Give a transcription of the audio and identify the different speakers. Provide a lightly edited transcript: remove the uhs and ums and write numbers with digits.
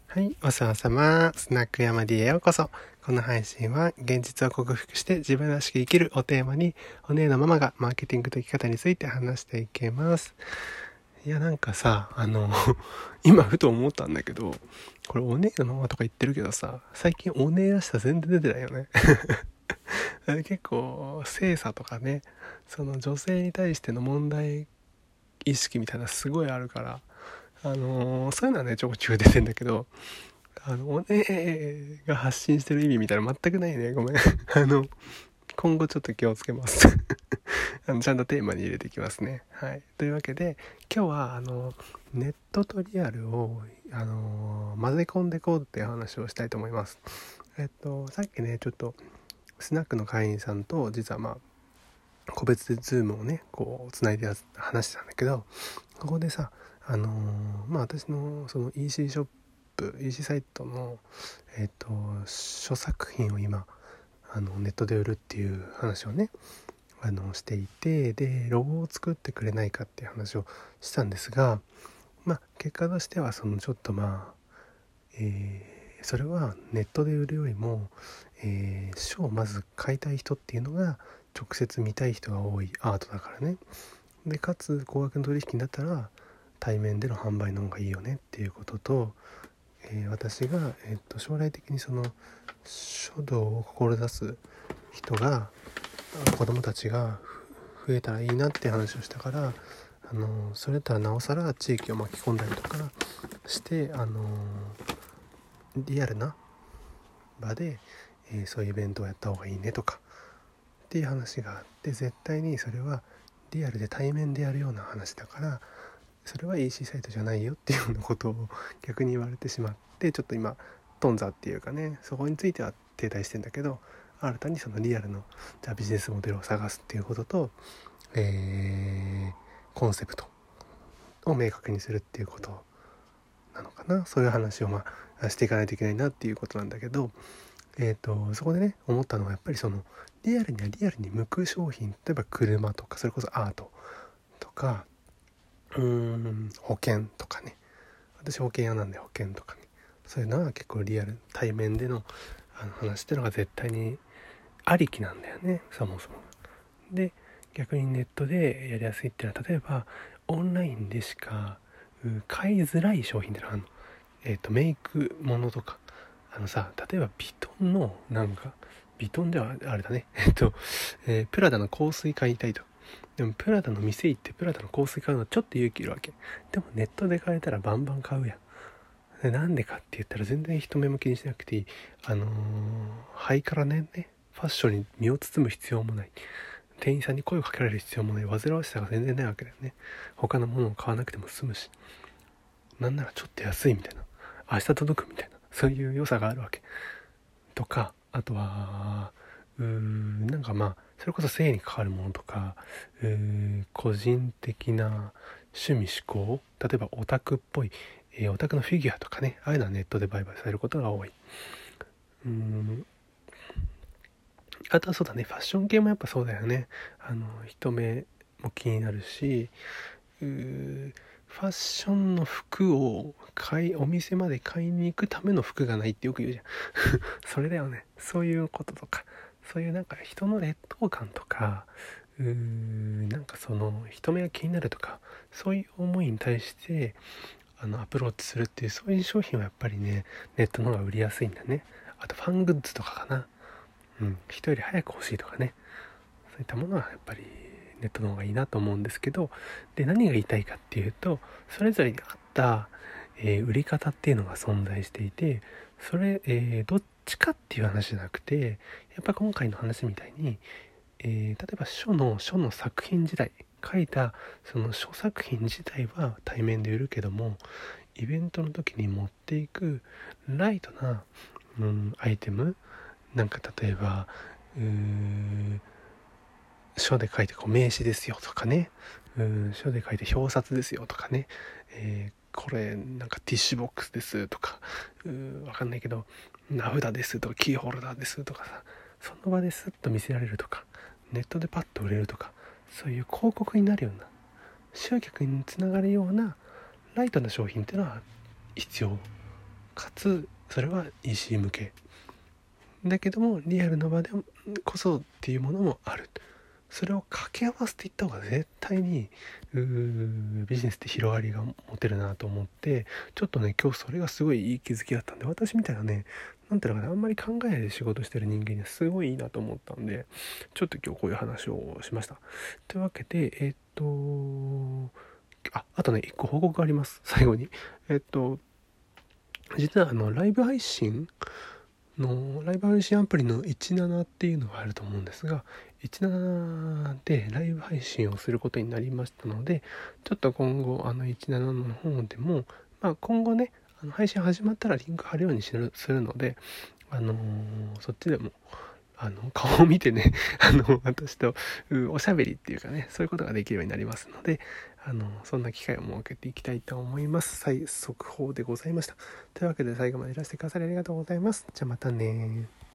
Speaker 1: はい、おさわさま、スナック山 D へようこそ。この配信は、現実を克服して自分らしく生きるをテーマに、お姉のママがマーケティングと生き方について話していきます。いや、なんかさ、今ふと思ったんだけど、これお姉のママとか言ってるけどさ、最近お姉らしさ全然出てないよね。結構、性差とかね、その女性に対しての問題意識みたいなすごいあるから、そういうのはね、ちょこちょこ出てんだけど、おねが発信してる意味みたいな全くないね。ごめん。今後ちょっと気をつけますちゃんとテーマに入れていきますね。はい。というわけで、今日は、ネットとリアルを、混ぜ込んでいこうっていう話をしたいと思います。さっきね、ちょっと、スナックの会員さんと、実は個別でズームをね、こう、つないで話してたんだけど、ここでさ、私のその EC ショップ、EC サイトの、書作品を今、ネットで売るっていう話をね、していて、で、ロゴを作ってくれないかっていう話をしたんですが、結果としては、そのちょっとそれはネットで売るよりも、書をまず買いたい人っていうのが直接見たい人が多いアートだからね。でかつ高額の取引だったら対面での販売の方がいいよねっていうことと、私が、将来的にその書道を志す人が子供たちが増えたらいいなって話をしたから、それだったらなおさら地域を巻き込んだりとかして、リアルな場で、そういうイベントをやった方がいいねとかっていう話があって、絶対にそれはリアルで対面でやるような話だから、それは EC サイトじゃないよっていうようなことを逆に言われてしまって、ちょっと今頓挫っていうかね、そこについては停滞してんだけど、新たにそのリアルのじゃあビジネスモデルを探すっていうことと、コンセプトを明確にするっていうことなのかな。そういう話をしていかないといけないなっていうことなんだけど、そこでね思ったのは、やっぱりそのリアルにはリアルに向く商品、例えば車とか、それこそアートとか、保険とかね、私保険屋なんで保険とかね、そういうのは結構リアル対面での話っていうのが絶対にありきなんだよね、そもそも。で逆にネットでやりやすいっていうのは、例えばオンラインでしか買いづらい商品ってのがあるの。メイクものとか、例えばビトンのビトンではあれだねプラダの香水買いたいと。でもプラダの店行ってプラダの香水買うのちょっと勇気いるわけ。でもネットで買えたらバンバン買うやん。でなんでかって言ったら、全然人目向きにしなくていい。ハイカラね、ファッションに身を包む必要もない。店員さんに声をかけられる必要もない。煩わしさが全然ないわけだよね。他のものを買わなくても済むし、なんならちょっと安いみたいな、明日届くみたいな、そういう良さがあるわけとか、あとはそれこそ性に関わるものとか、個人的な趣味嗜好、例えばオタクっぽい、オタクのフィギュアとかね、ああいうのはネットで売買されることが多い。あとはそうだね、ファッション系もやっぱそうだよね。人目も気になるし、ファッションの服をお店まで買いに行くための服がないってよく言うじゃんそれだよね。そういうこととか、そういう人の劣等感とか、その人目が気になるとか、そういう思いに対してアプローチするっていう、そういう商品はやっぱりね、ネットの方が売りやすいんだね。あとファングッズとかかな。人より早く欲しいとかね、そういったものはやっぱりネットの方がいいなと思うんですけど、で何が言いたいかっていうと、それぞれに合った、売り方っていうのが存在していて、それ、どっちかっていう話じゃなくて、やっぱ今回の話みたいに、例えば書の作品自体、書いたその書作品自体は対面で売るけども、イベントの時に持っていくライトな、アイテム、例えば書で書いて名刺ですよとかね、書で書いて表札ですよとかね、これティッシュボックスですとか、わかんないけど名札ですとかキーホルダーですとかさ、その場ですっと見せられるとか、ネットでパッと売れるとか、そういう広告になるような、集客につながるようなライトな商品っていうのは必要かつそれは EC 向けだけどもリアルの場でこそっていうものもある。それを掛け合わせていった方が絶対にビジネスって広がりが持てるなと思って、ちょっとね今日それがすごいいい気づきだったんで、私みたいなねなんていうのかな、あんまり考えないで仕事してる人間にはすごいいいなと思ったんで、ちょっと今日こういう話をしました。というわけであとね一個報告があります。最後に実はライブ配信アプリの17っていうのがあると思うんですが、17でライブ配信をすることになりましたので、ちょっと今後17の方でも、今後ね配信始まったらリンク貼るようにするので、そっちでも顔を見てね私とおしゃべりっていうかね、そういうことができるようになりますので、そんな機会を設けていきたいと思います。速報でございました。というわけで最後までいらしてくださりありがとうございます。じゃあまたね。